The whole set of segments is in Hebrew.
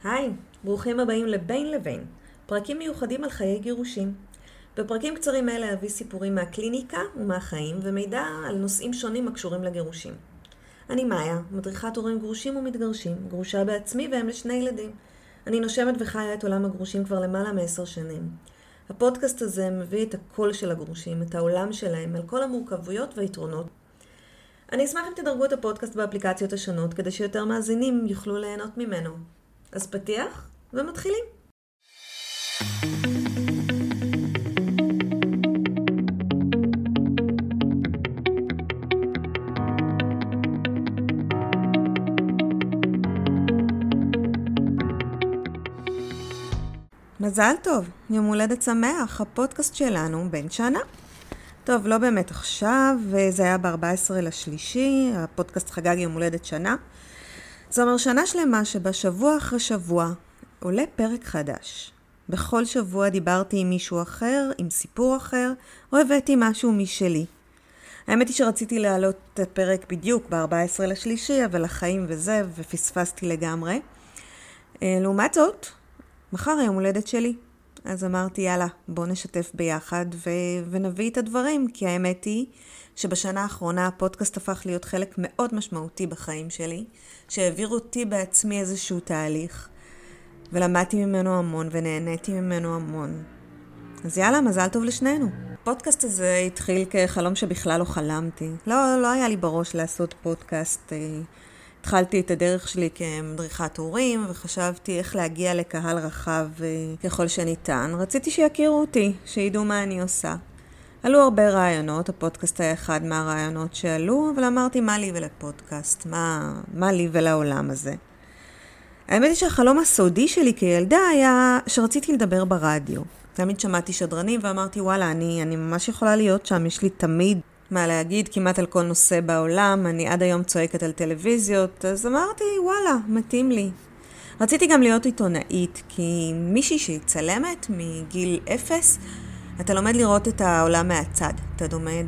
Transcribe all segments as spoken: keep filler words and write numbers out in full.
היי, ברוכים הבאים לבין לבין, פרקים מיוחדים על חיי גירושים. בפרקים קצרים אלה אביא סיפורים מהקליניקה ומהחיים ומידע על נושאים שונים הקשורים לגירושים. אני מאיה, מדריכת הורים גרושים ומתגרשים, גרושה בעצמי והם לשני ילדים. אני נושמת וחיה את עולם הגרושים כבר למעלה מעשר שנים. הפודקאסט הזה מביא את הקול של הגרושים, את העולם שלהם, על כל המורכבויות והיתרונות. אני אשמח אם תדרגו את הפודקאסט באפליקציות השונות כדי שיותר מאזינים יוכלו ליהנות ממנו. אז פתיח ומתחילים. מזל טוב, יום הולדת שמח, הפודקאסט שלנו בן שנה. טוב, לא באמת עכשיו, זה היה ב-ארבעה עשר לשלישי, הפודקאסט חגג יום הולדת שנה. זו אומר שנה שלמה שבשבוע אחרי שבוע עולה פרק חדש. בכל שבוע דיברתי עם מישהו אחר, עם סיפור אחר, או הבאתי משהו משלי. האמת היא שרציתי להעלות את הפרק בדיוק ב-ארבעה עשר לשלישי, אבל החיים וזה, ופספסתי לגמרי. לעומת זאת, מחר היום הולדת שלי. אז אמרתי, יאללה, בוא נשתף ביחד ו- ונביא את הדברים, כי האמת היא שבשנה האחרונה הפודקאסט הפך להיות חלק מאוד משמעותי בחיים שלי, שהעביר אותי בעצמי איזשהו תהליך, ולמדתי ממנו המון ונהניתי ממנו המון. אז יאללה, מזל טוב לשנינו. הפודקאסט הזה התחיל כחלום שבכלל לא חלמתי. לא, לא היה לי בראש לעשות פודקאסט. התחלתי את הדרך שלי כמדריכת הורים, וחשבתי איך להגיע לקהל רחב ככל שניתן. רציתי שיכירו אותי, שידעו מה אני עושה. עלו הרבה רעיונות, הפודקאסט היה אחד מהרעיונות שעלו, אבל אמרתי מה לי ולפודקאסט, מה, מה לי ולעולם הזה. האמת היא שהחלום הסודי שלי כילדה היה שרציתי לדבר ברדיו. תמיד שמעתי שדרנים ואמרתי, וואלה, אני, אני ממש יכולה להיות שם, יש לי תמיד מה להגיד כמעט על כל נושא בעולם, אני עד היום צועקת על טלוויזיות, אז אמרתי, וואלה, מתאים לי. רציתי גם להיות עיתונאית, כי מישהי שהיא צלמת מגיל אפס, אתה לומד לראות את העולם מהצד. אתה לומד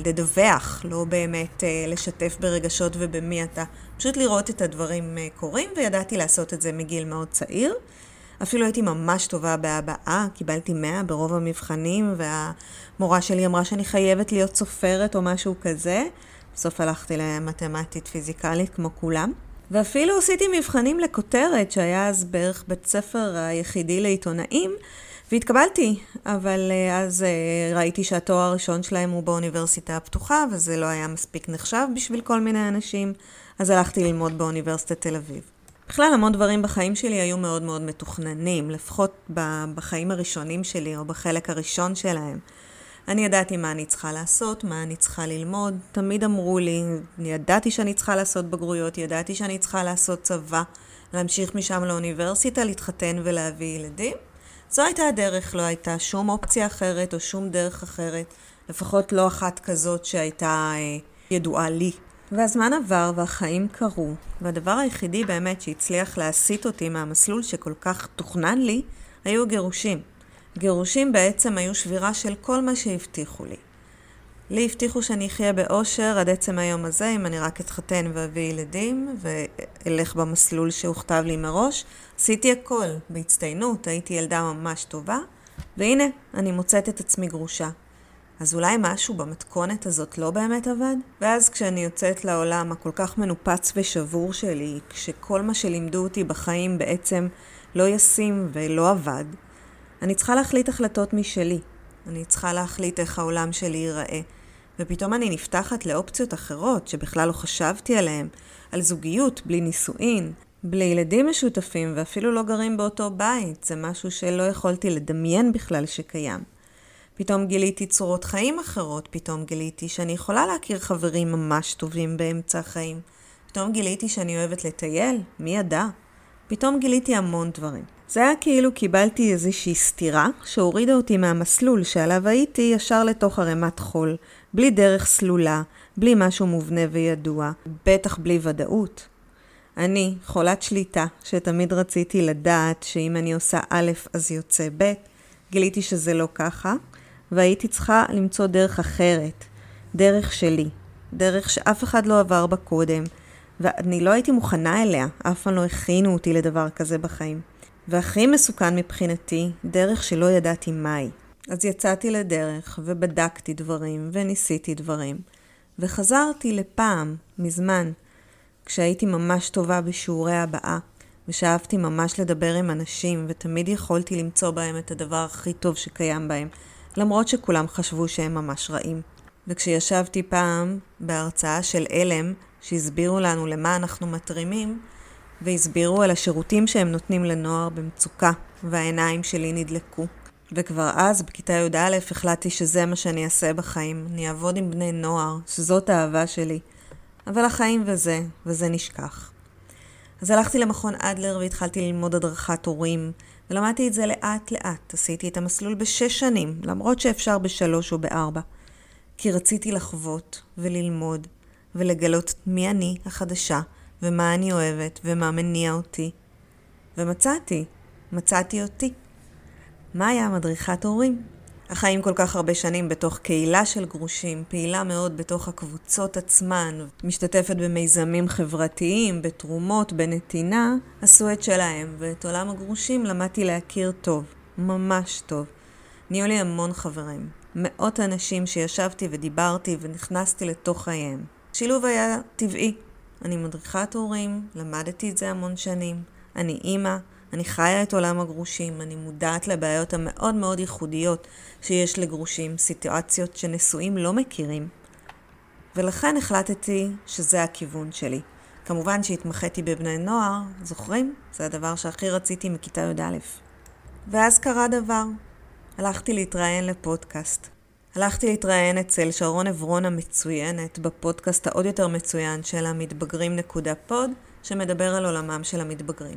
לדווח, לא באמת לשתף ברגשות ובמי אתה. פשוט לראות את הדברים קורים, וידעתי לעשות את זה מגיל מאוד צעיר. אפילו הייתי ממש טובה בהבעה, קיבלתי מאה ברוב המבחנים, והמורה שלי אמרה שאני חייבת להיות סופרת או משהו כזה. בסוף הלכתי למתמטית פיזיקלית כמו כולם. ואפילו עשיתי מבחנים לכותרת, שהיה אז בערך בית ספר היחידי לעיתונאים, והתקבלתי, אבל אז ראיתי שהתואר הראשון שלהם הוא באוניברסיטה הפתוחה, וזה לא היה מספיק נחשב בשביל כל מיני אנשים, אז הלכתי ללמוד באוניברסיטת תל אביב. בכלל, המון דברים בחיים שלי היו מאוד מאוד מתוכננים, לפחות בחיים הראשונים שלי או בחלק הראשון שלהם. אני ידעתי מה אני צריכה לעשות, מה אני צריכה ללמוד. תמיד אמרו לי, ידעתי שאני צריכה לעשות בגרויות, ידעתי שאני צריכה לעשות צבא, להמשיך משם לאוניברסיטה, להתחתן ולהביא ילדים. זו הייתה הדרך, לא הייתה שום אופציה אחרת או שום דרך אחרת, לפחות לא אחת כזאת שהייתה אה, ידועה לי. והזמן עבר והחיים קרו, והדבר היחידי באמת שהצליח להסיט אותי מהמסלול שכל כך תוכנן לי, היו גירושים. גירושים בעצם היו שבירה של כל מה שהבטיחו לי. לי הבטיחו שאני אחיה באושר עד עצם היום הזה, אם אני רק אתחתן ואביא ילדים, ואלך במסלול שהוכתב לי מראש. עשיתי הכל בהצטיינות, הייתי ילדה ממש טובה, והנה, אני מוצאת את עצמי גרושה. אז אולי משהו במתכונת הזאת לא באמת עבד? ואז כשאני יוצאת לעולם הכל כך מנופץ ושבור שלי, כשכל מה שלימדו אותי בחיים בעצם לא ישים ולא עבד, אני צריכה להחליט החלטות משלי. אני צריכה להחליט איך העולם שלי ייראה. ופתאום אני נפתחת לאופציות אחרות שבכלל לא חשבתי עליהן, על זוגיות, בלי נישואין, בלי ילדים משותפים ואפילו לא גרים באותו בית. זה משהו שלא יכולתי לדמיין בכלל שקיים. פתאום גיליתי צורות חיים אחרות, פתאום גיליתי שאני יכולה להכיר חברים ממש טובים באמצע החיים. פתאום גיליתי שאני אוהבת לטייל, מי ידע? פתאום גיליתי המון דברים. זה היה כאילו קיבלתי איזושהי סתירה שהורידה אותי מהמסלול שעליו הייתי ישר לתוך הרמת חול, בלי דרך סלולה, בלי משהו מובנה וידוע, בטח בלי ודאות. אני, חולת שליטה, שתמיד רציתי לדעת שאם אני עושה א' אז יוצא ב', גיליתי שזה לא ככה, והייתי צריכה למצוא דרך אחרת, דרך שלי, דרך שאף אחד לא עבר בה קודם, ואני לא הייתי מוכנה אליה, אף פעם לא הכינו אותי לדבר כזה בחיים. והכי מסוכן מבחינתי, דרך שלא ידעתי מהי. אז יצאתי לדרך ובדקתי דברים וניסיתי דברים, וחזרתי לפעם, מזמן, כשהייתי ממש טובה בשיעורי הבאה, ושאהבתי ממש לדבר עם אנשים, ותמיד יכולתי למצוא בהם את הדבר הכי טוב שקיים בהם, למרות שכולם חשבו שהם ממש רעים. וכשישבתי פעם בהרצאה של אלם, שהסבירו לנו למה אנחנו מתרימים, והסבירו על השירותים שהם נותנים לנוער במצוקה, והעיניים שלי נדלקו. וכבר אז, בכיתה י' א', החלטתי שזה מה שאני אעשה בחיים. אני אעבוד עם בני נוער, שזאת האהבה שלי. אבל החיים וזה, וזה נשכח. אז הלכתי למכון אדלר והתחלתי ללמוד הדרכת הורים, ולמדתי את זה לאט לאט. עשיתי את המסלול בשש שנים, למרות שאפשר בשלוש או בארבע. כי רציתי לחוות וללמוד ולגלות מי אני החדשה, ומה אני אוהבת ומה מניע אותי. ומצאתי, מצאתי אותי. מה היה מדריכת הורים? החיים כל כך הרבה שנים בתוך קהילה של גרושים, פעילה מאוד בתוך הקבוצות עצמן, משתתפת במיזמים חברתיים, בתרומות, בנתינה, עשו את שלהם, ואת עולם הגרושים למדתי להכיר טוב, ממש טוב. נהיו לי המון חברים, מאות אנשים שישבתי ודיברתי ונכנסתי לתוך חייהם. שילוב היה טבעי. אני מדריכת הורים, למדתי את זה המון שנים, אני אימא, אני חיה את עולם הגרושים, אני מודעת לבעיות המאוד מאוד ייחודיות שיש לגרושים, סיטואציות שנשואים לא מכירים. ולכן החלטתי שזה הכיוון שלי. כמובן שהתמחיתי בבני נוער, זוכרים? זה הדבר שהכי רציתי מכיתה י' א'. ואז קרה דבר. הלכתי להתראיין לפודקאסט. הלכתי להתראיין אצל שרון עברון המצוינת בפודקאסט העוד יותר מצוין של המתבגרים נקודה פוד, שמדבר על עולמם של המתבגרים.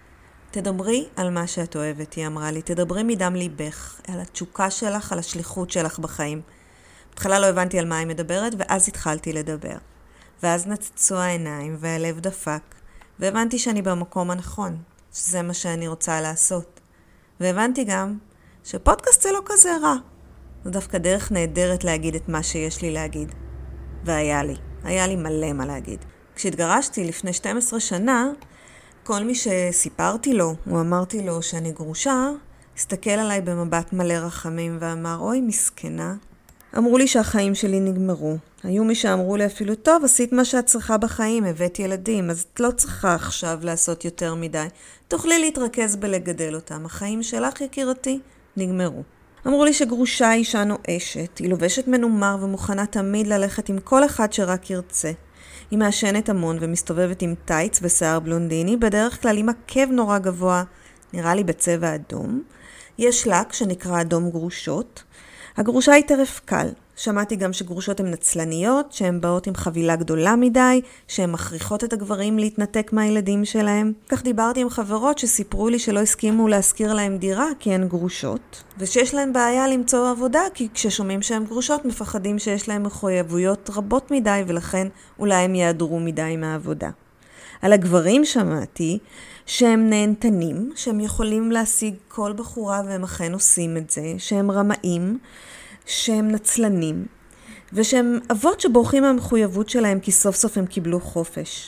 תדברי על מה שאת אוהבת, היא אמרה לי. תדברי מדם ליבך, על התשוקה שלך, על השליחות שלך בחיים. בתחילה לא הבנתי על מה היא מדברת, ואז התחלתי לדבר. ואז נצצו העיניים והלב דפק, והבנתי שאני במקום הנכון, שזה מה שאני רוצה לעשות. והבנתי גם שפודקאסט זה לא כזה רע. זו דווקא דרך נהדרת להגיד את מה שיש לי להגיד. והיה לי, היה לי מלא מה להגיד. כשהתגרשתי לפני שתים עשרה שנה, כל מי שסיפרתי לו, או אמרתי לו שאני גרושה, הסתכל עליי במבט מלא רחמים ואמר, אוי מסכנה. אמרו לי שהחיים שלי נגמרו. היו מי שאמרו לי אפילו, טוב, עשית מה שאת צריכה בחיים, הבאת ילדים, אז את לא צריכה עכשיו לעשות יותר מדי. תוכלי להתרכז בלגדל אותם. החיים שלך, יקירתי, נגמרו. אמרו לי שגרושה היא אישה נואשת, היא לובשת מנומר ומוכנה תמיד ללכת עם כל אחד שרק ירצה. היא מעשנת המון ומסתובבת עם טייץ ושיער בלונדיני, בדרך כלל עם עקב נורא גבוה, נראה לי בצבע אדום. יש לק שנקרא אדום גרושות. הגרושה היא טרף קל. שמעתי גם שגרושות הן נצלניות, שהן באות עם חבילה גדולה מדי, שהן מכריחות את הגברים להתנתק מהילדים שלהם. כך דיברתי עם חברות שסיפרו לי שלא הסכימו להשכיר להם דירה כי הן גרושות, ושיש להן בעיה למצוא עבודה כי כששומעים שהן גרושות מפחדים שיש להן מחויבויות רבות מדי ולכן אולי הם יעדרו מדי מהעבודה. על הגברים שמעתי שהם נהנתנים, שהם יכולים להשיג כל בחורה והם אכן עושים את זה, שהם רמאים, שהם נצלנים, ושהם אבות שבורחים מהמחויבות שלהם כי סוף סוף הם קיבלו חופש.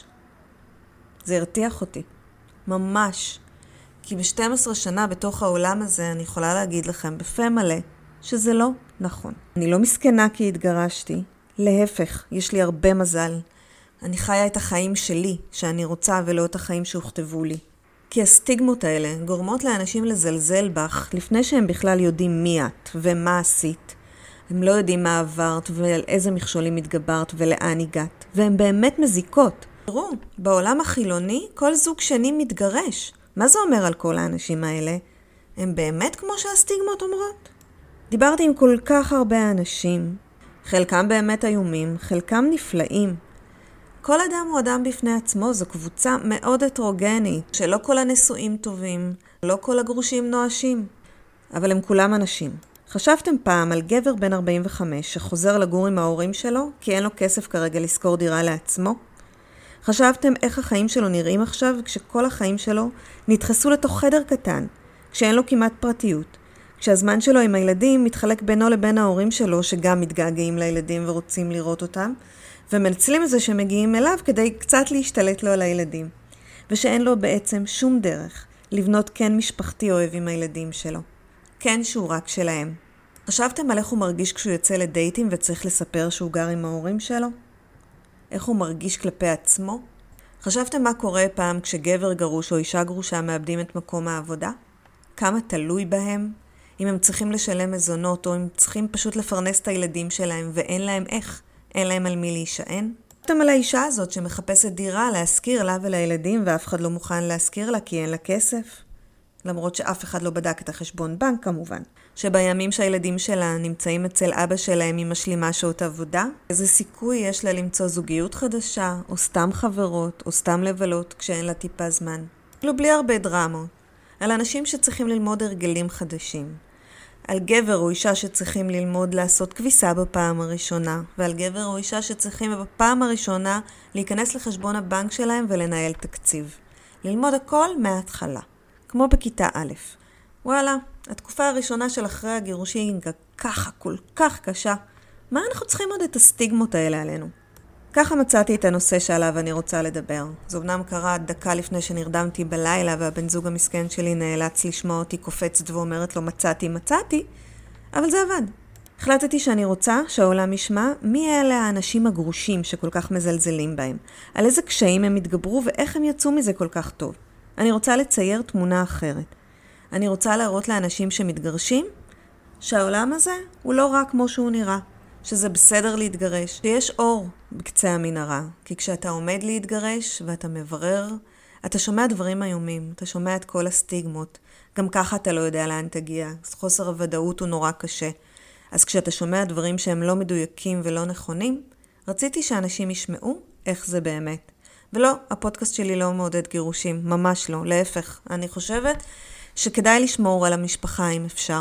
זה הרתיח אותי, ממש. כי ב-שתים עשרה שנה בתוך העולם הזה אני יכולה להגיד לכם בפה מלא שזה לא נכון. אני לא מסכנה כי התגרשתי, להפך, יש לי הרבה מזל. אני חיה את החיים שלי שאני רוצה ולא את החיים שהוכתבו לי. כי הסטיגמות האלה גורמות לאנשים לזלזל בך לפני שהם בכלל יודעים מי את ומה עשית. הם לא יודעים מה עברת ועל איזה מכשולים התגברת ולאן הגעת. והן באמת מזיקות. תראו, בעולם החילוני כל זוג שני מתגרש. מה זה אומר על כל האנשים האלה? הם באמת כמו שהסטיגמות אומרות? דיברתי עם כל כך הרבה אנשים. חלקם באמת איומים, חלקם נפלאים. כל אדם הוא אדם בפני עצמו, זו קבוצה מאוד הטרוגנית, שלא כל הנשואים טובים, לא כל הגרושים נואשים, אבל הם כולם אנשים. חשבתם פעם על גבר בן ארבעים וחמש שחוזר לגור עם ההורים שלו, כי אין לו כסף כרגע לשכור דירה לעצמו? חשבתם איך החיים שלו נראים עכשיו, כשכל החיים שלו נדחסו לתוך חדר קטן, כשאין לו כמעט פרטיות, כשהזמן שלו עם הילדים מתחלק בינו לבין ההורים שלו, שגם מתגעגעים לילדים ורוצים לראות אותם, ומנצלים את זה שמגיעים אליו כדי קצת להשתלט לו על הילדים. ושאין לו בעצם שום דרך לבנות כן משפחתי אוהב עם הילדים שלו. כן שהוא רק שלהם. חשבתם על איך הוא מרגיש כשהוא יוצא לדייטים וצריך לספר שהוא גר עם ההורים שלו? איך הוא מרגיש כלפי עצמו? חשבתם מה קורה פעם כשגבר גרוש או אישה גרושה מאבדים את מקום העבודה? כמה תלוי בהם? אם הם צריכים לשלם מזונות או אם צריכים פשוט לפרנס את הילדים שלהם ואין להם איך, אין להם על מי להישען? חשבתם על האישה הזאת שמחפשת דירה להשכיר לה ולילדים ואף אחד לא מוכן להשכיר לה כי אין לה כסף? למרות שאף אחד לא בדק את החשבון בנק כמובן. שבימים שהילדים שלה נמצאים אצל אבא שלהם היא משלימה שעות עבודה? איזה סיכוי יש לה למצוא זוגיות חדשה, או סתם חברות, או סתם לבלות כשאין לה טיפה זמן? לא בלי הרבה דרמות. על אנשים שצריכים ללמוד הרגלים חדשים. על גבר או אישה שצריכים ללמוד לעשות כביסה בפעם הראשונה, ועל גבר או אישה שצריכים בפעם הראשונה להיכנס לחשבון הבנק שלהם ולנהל תקציב. ללמוד הכל מההתחלה. כמו בכיתה א'. וואלה, התקופה הראשונה של אחרי הגירושים היא ככה כל כך קשה. מה אנחנו צריכים עוד את הסטיגמות האלה עלינו? ככה מצאתי את הנושא שעליו אני רוצה לדבר. זו אמנם קרה דקה לפני שנרדמתי בלילה והבן זוג המסכן שלי נאלץ לשמוע אותי קופצת ואומרת לו מצאתי מצאתי, אבל זה עבד. החלטתי שאני רוצה שהעולם ישמע מי אלה האנשים הגרושים שכל כך מזלזלים בהם, על איזה קשיים הם התגברו ואיך הם יצאו מזה כל כך טוב. אני רוצה לצייר תמונה אחרת. אני רוצה להראות לאנשים שמתגרשים שהעולם הזה הוא לא רק כמו שהוא נראה, שזה בסדר להתגרש, שיש אור בקצה המנהרה, כי כשאתה עומד להתגרש ואתה מברר, אתה שומע דברים איומים, אתה שומע את כל הסטיגמות, גם ככה אתה לא יודע לאן תגיע, חוסר הוודאות הוא נורא קשה. אז כשאתה שומע דברים שהם לא מדויקים ולא נכונים, רציתי שאנשים ישמעו איך זה באמת. ולא, הפודקאסט שלי לא מעודד גירושים, ממש לא, להפך. אני חושבת שכדאי לשמור על המשפחה אם אפשר.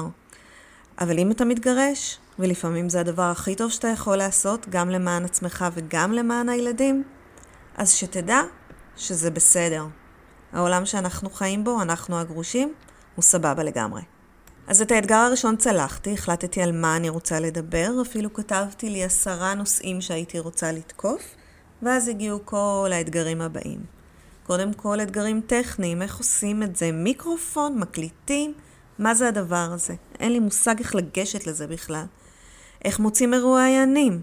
אבל אם אתה מתגרש, ולפעמים זה הדבר הכי טוב שאתה יכול לעשות, גם למען עצמך וגם למען הילדים, אז שתדע שזה בסדר. העולם שאנחנו חיים בו, אנחנו הגרושים, הוא סבבה לגמרי. אז את האתגר הראשון צלחתי, החלטתי על מה אני רוצה לדבר, אפילו כתבתי לי עשרה נושאים שהייתי רוצה לתקוף, ואז הגיעו כל האתגרים הבאים. קודם כל אתגרים טכניים, איך עושים את זה? מיקרופון, מקליטים, מה זה הדבר הזה? אין לי מושג איך לגשת לזה בכלל. איך מוצאים מרואיינים?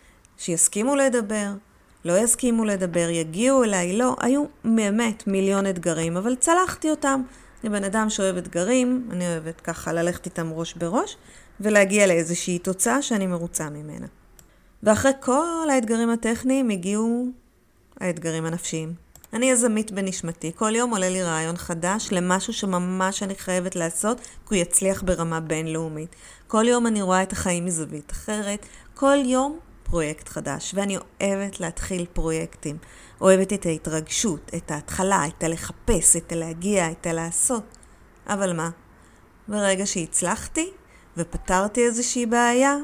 שיסכימו לדבר, לא יסכימו לדבר, יגיעו אליי, לא, היו באמת מיליון אתגרים, אבל צלחתי אותם. אני בן אדם שאוהב אתגרים, אני אוהבת ככה ללכת איתם ראש בראש, ולהגיע לאיזושהי תוצאה שאני מרוצה ממנה. ואחרי כל האתגרים הטכניים הגיעו האתגרים הנפשיים. אני יזמית בנשמתי, כל יום עולה לי רעיון חדש למשהו שממש אני חייבת לעשות, כי הוא יצליח ברמה בינלאומית. כל יום אני רואה את החיים מזווית אחרת, כל יום פרויקט חדש, ואני אוהבת להתחיל פרויקטים. אוהבת את ההתרגשות, את ההתחלה, את הלחפש, את הלהגיע, את הלעשות. אבל מה? ברגע שהצלחתי ופתרתי איזושהי בעיה,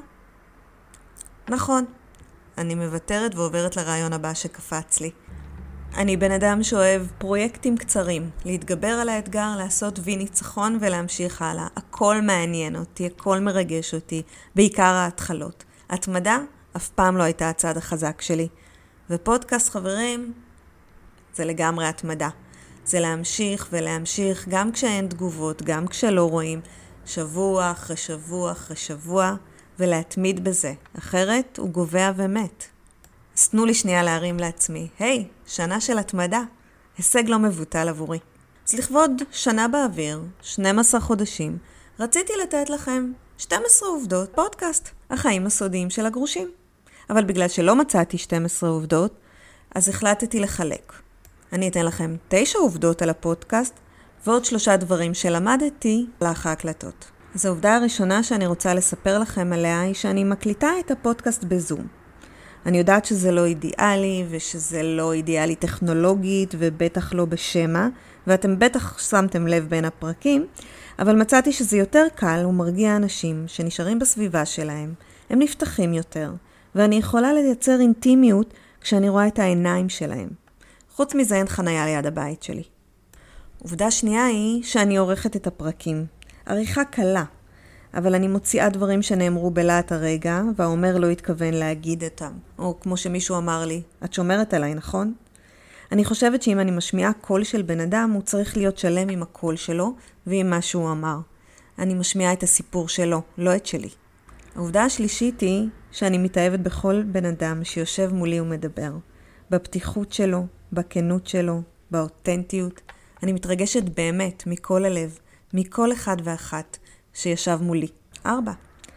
נכון, אני מוותרת ועוברת לרעיון הבא שקפץ לי. אני בן אדם שאוהב פרויקטים קצרים, להתגבר על האתגר, לעשות וי ניצחון ולהמשיך הלאה. הכל מעניין אותי, הכל מרגש אותי, בעיקר ההתחלות. התמדה אף פעם לא הייתה הצד החזק שלי. ופודקאסט חברים, זה לגמרי התמדה. זה להמשיך ולהמשיך גם כשאין תגובות, גם כשלא רואים, שבוע אחרי שבוע אחרי שבוע, ולהתמיד בזה. אחרת הוא גובע ומת. אז תנו לי שנייה להרים לעצמי. היי, שנה של התמדה. הישג לא מבוטל עבורי. אז לכבוד שנה באוויר, שנים עשר חודשים, רציתי לתת לכם שתים עשרה עובדות פודקאסט, החיים הסודיים של הגרושים. אבל בגלל שלא מצאתי שתים עשרה עובדות, אז החלטתי לחלק. אני אתן לכם תשע עובדות על הפודקאסט, ועוד שלושה דברים שלמדתי לאחר ההקלטות. אז העובדה הראשונה שאני רוצה לספר לכם עליה היא שאני מקליטה את הפודקאסט בזום. אני יודעת שזה לא אידיאלי ושזה לא אידיאלי טכנולוגית ובטח לא בשמה, ואתם בטח שמתם לב בין הפרקים, אבל מצאתי שזה יותר קל ומרגיע אנשים שנשארים בסביבה שלהם, הם נפתחים יותר, ואני יכולה לייצר אינטימיות כשאני רואה את העיניים שלהם. חוץ מזה אין חניה ליד הבית שלי. עובדה שנייה היא שאני עורכת את הפרקים. עריכה קלה. אבל אני מוציאה דברים שנאמרו בלהט הרגע, והאומר לא התכוון להגיד אותם. או כמו שמישהו אמר לי, את שומרת עליי, נכון? אני חושבת שאם אני משמיעה קול של בן אדם, הוא צריך להיות שלם עם הקול שלו ועם מה שהוא אמר. אני משמיעה את הסיפור שלו, לא את שלי. העובדה השלישית היא שאני מתאהבת בכל בן אדם שיושב מולי ומדבר. בפתיחות שלו, בכנות שלו, באותנטיות. אני מתרגשת באמת מכל הלב, מכל אחד ואחת שישב מולי. ארבע.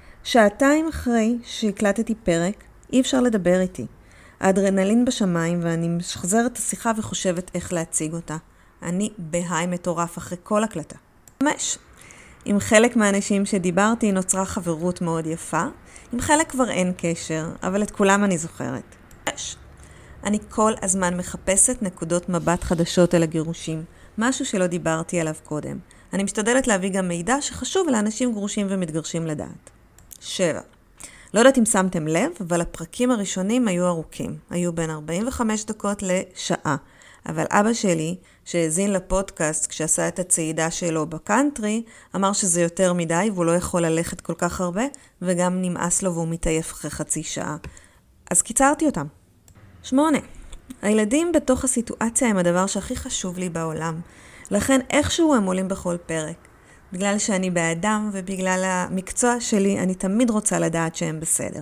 שעתיים אחרי שהקלטתי פרק, אי אפשר לדבר איתי. האדרנלין בשמיים ואני משחזרת את השיחה וחושבת איך להציג אותה. אני בהיי מטורף אחרי כל הקלטה. חמש. עם חלק מהאנשים שדיברתי נוצרה חברות מאוד יפה. עם חלק כבר אין קשר, אבל את כולם אני זוכרת. שש. אני כל הזמן מחפשת נקודות מבט חדשות על הגירושים. משהו שלא דיברתי עליו קודם. אני משתדלת להביא גם מידע שחשוב לאנשים גרושים ומתגרשים לדעת. שבע. לא יודעת אם שמתם לב, אבל הפרקים הראשונים היו ארוכים. היו בין ארבעים וחמש דקות לשעה. אבל אבא שלי, שהאזין לפודקאסט כשעשה את הצעידה שלו בקאנטרי, אמר שזה יותר מדי והוא לא יכול ללכת כל כך הרבה, וגם נמאס לו והוא מתעייף אחרי חצי שעה. אז קיצרתי אותם. שמונה. הילדים בתוך הסיטואציה הם הדבר שהכי חשוב לי בעולם. לכן איכשהו הם עולים בכל פרק. בגלל שאני באדם ובגלל המקצוע שלי, אני תמיד רוצה לדעת שהם בסדר.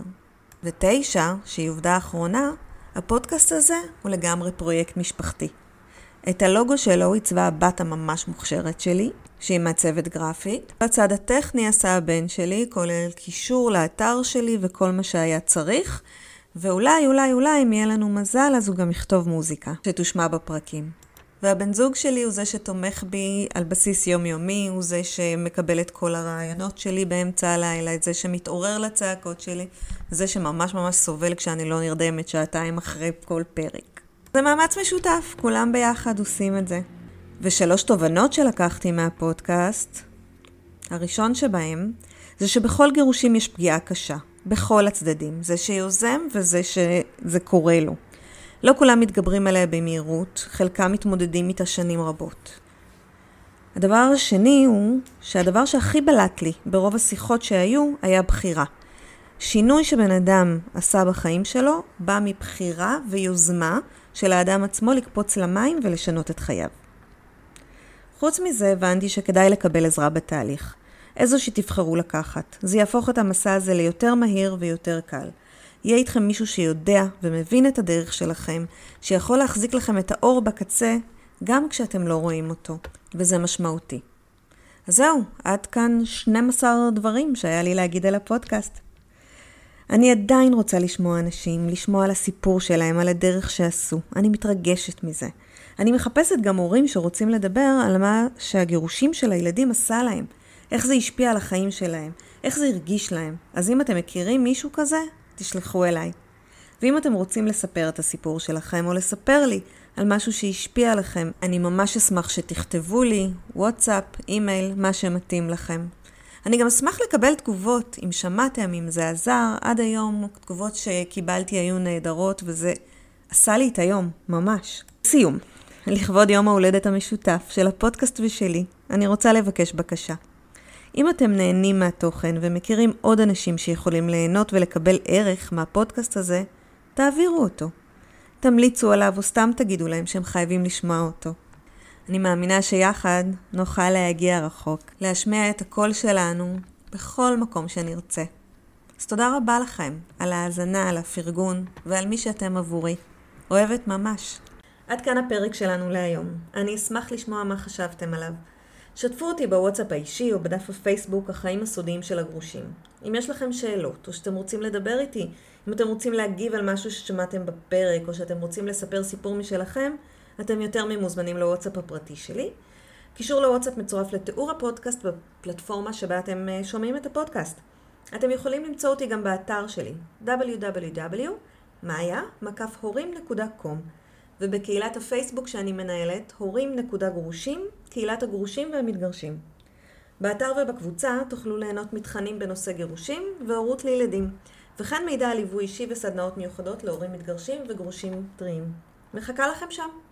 ותשע, שהיא עובדה האחרונה, הפודקאסט הזה הוא לגמרי פרויקט משפחתי. את הלוגו שלו עיצבה הבת הממש מוכשרת שלי, שהיא מעצבת גרפית. בצד הטכני עשה הבן שלי, כולל קישור לאתר שלי וכל מה שהיה צריך. ואולי, אולי, אולי, אם יהיה לנו מזל, אז הוא גם יכתוב מוזיקה שתושמע בפרקים. והבן זוג שלי הוא זה שתומך בי על בסיס יומיומי, הוא זה שמקבל את כל הרעיונות שלי באמצע הלילה, את זה שמתעורר לצעקות שלי, זה שממש ממש סובל כשאני לא נרדמת שעתיים אחרי כל פרק. זה מאמץ משותף, כולם ביחד עושים את זה. ושלוש תובנות שלקחתי מהפודקאסט, הראשון שבהם, זה שבכל גירושים יש פגיעה קשה, בכל הצדדים, זה שיוזם וזה שזה קורה לו. לא כולם מתגברים עליה במהירות, חלקם מתמודדים איתה שנים רבות. הדבר השני הוא שהדבר שהכי בלט לי ברוב השיחות שהיו היה בחירה. שינוי שבן אדם עשה בחיים שלו בא מבחירה ויוזמה של האדם עצמו לקפוץ למים ולשנות את חייו. חוץ מזה הבנתי שכדאי לקבל עזרה בתהליך. איזו שתבחרו לקחת. זה יהפוך את המסע הזה ליותר מהיר ויותר קל. יהיה איתכם מישהו שיודע ומבין את הדרך שלכם, שיכול להחזיק לכם את האור בקצה, גם כשאתם לא רואים אותו, וזה משמעותי. אז זהו, עד כאן שנים עשר דברים שהיה לי להגיד על הפודקאסט. אני עדיין רוצה לשמוע אנשים, לשמוע על הסיפור שלהם, על הדרך שעשו. אני מתרגשת מזה. אני מחפשת גם הורים שרוצים לדבר על מה שהגירושים של הילדים עשה להם, איך זה השפיע על החיים שלהם, איך זה הרגיש להם. אז אם אתם מכירים מישהו כזה, תשלחו אליי. ואם אתם רוצים לספר את הסיפור שלכם, או לספר לי על משהו שהשפיע עליכם, אני ממש אשמח שתכתבו לי, וואטסאפ, אימייל, מה שמתאים לכם. אני גם אשמח לקבל תגובות, אם שמעתם, אם זה עזר. עד היום תגובות שקיבלתי היו נהדרות, וזה עשה לי את היום, ממש. סיום. לכבוד יום ההולדת המשותף של הפודקאסט ושלי, אני רוצה לבקש בקשה. אם אתם נהנים מהתוכן ומכירים עוד אנשים שיכולים ליהנות ולקבל ערך מהפודקאסט הזה, תעבירו אותו. תמליצו עליו או סתם תגידו להם שהם חייבים לשמוע אותו. אני מאמינה שיחד נוכל להגיע רחוק, להשמיע את הקול שלנו בכל מקום שנרצה. אז תודה רבה לכם על ההאזנה, על הפרגון ועל מי שאתם עבורי. אוהבת ממש. עד כאן הפרק שלנו להיום. אני אשמח לשמוע מה חשבתם עליו. שתפו אותי בוואטסאפ האישי או בדף הפייסבוק החיים הסודיים של הגרושים. אם יש לכם שאלות או שאתם רוצים לדבר איתי, אם אתם רוצים להגיב על משהו ששמעתם בפרק או שאתם רוצים לספר סיפור משלכם, אתם יותר ממוזמנים לוואטסאפ הפרטי שלי. קישור לוואטסאפ מצורף לתיאור הפודקאסט בפלטפורמה שבה אתם שומעים את הפודקאסט. אתם יכולים למצוא אותי גם באתר שלי דאבליו דאבליו דאבליו נקודה מאיה מקף הורים נקודה קום ובקהילת הפייסבוק שאני מנהלת, הורים נקודה גרושים, קהילת הגרושים והמתגרשים. באתר ובקבוצה תוכלו ליהנות מתכנים בנושא גירושים והורות לילדים, וכן מידע על ליווי אישי וסדנאות מיוחדות להורים מתגרשים וגרושים טריים. מחכה לכם שם.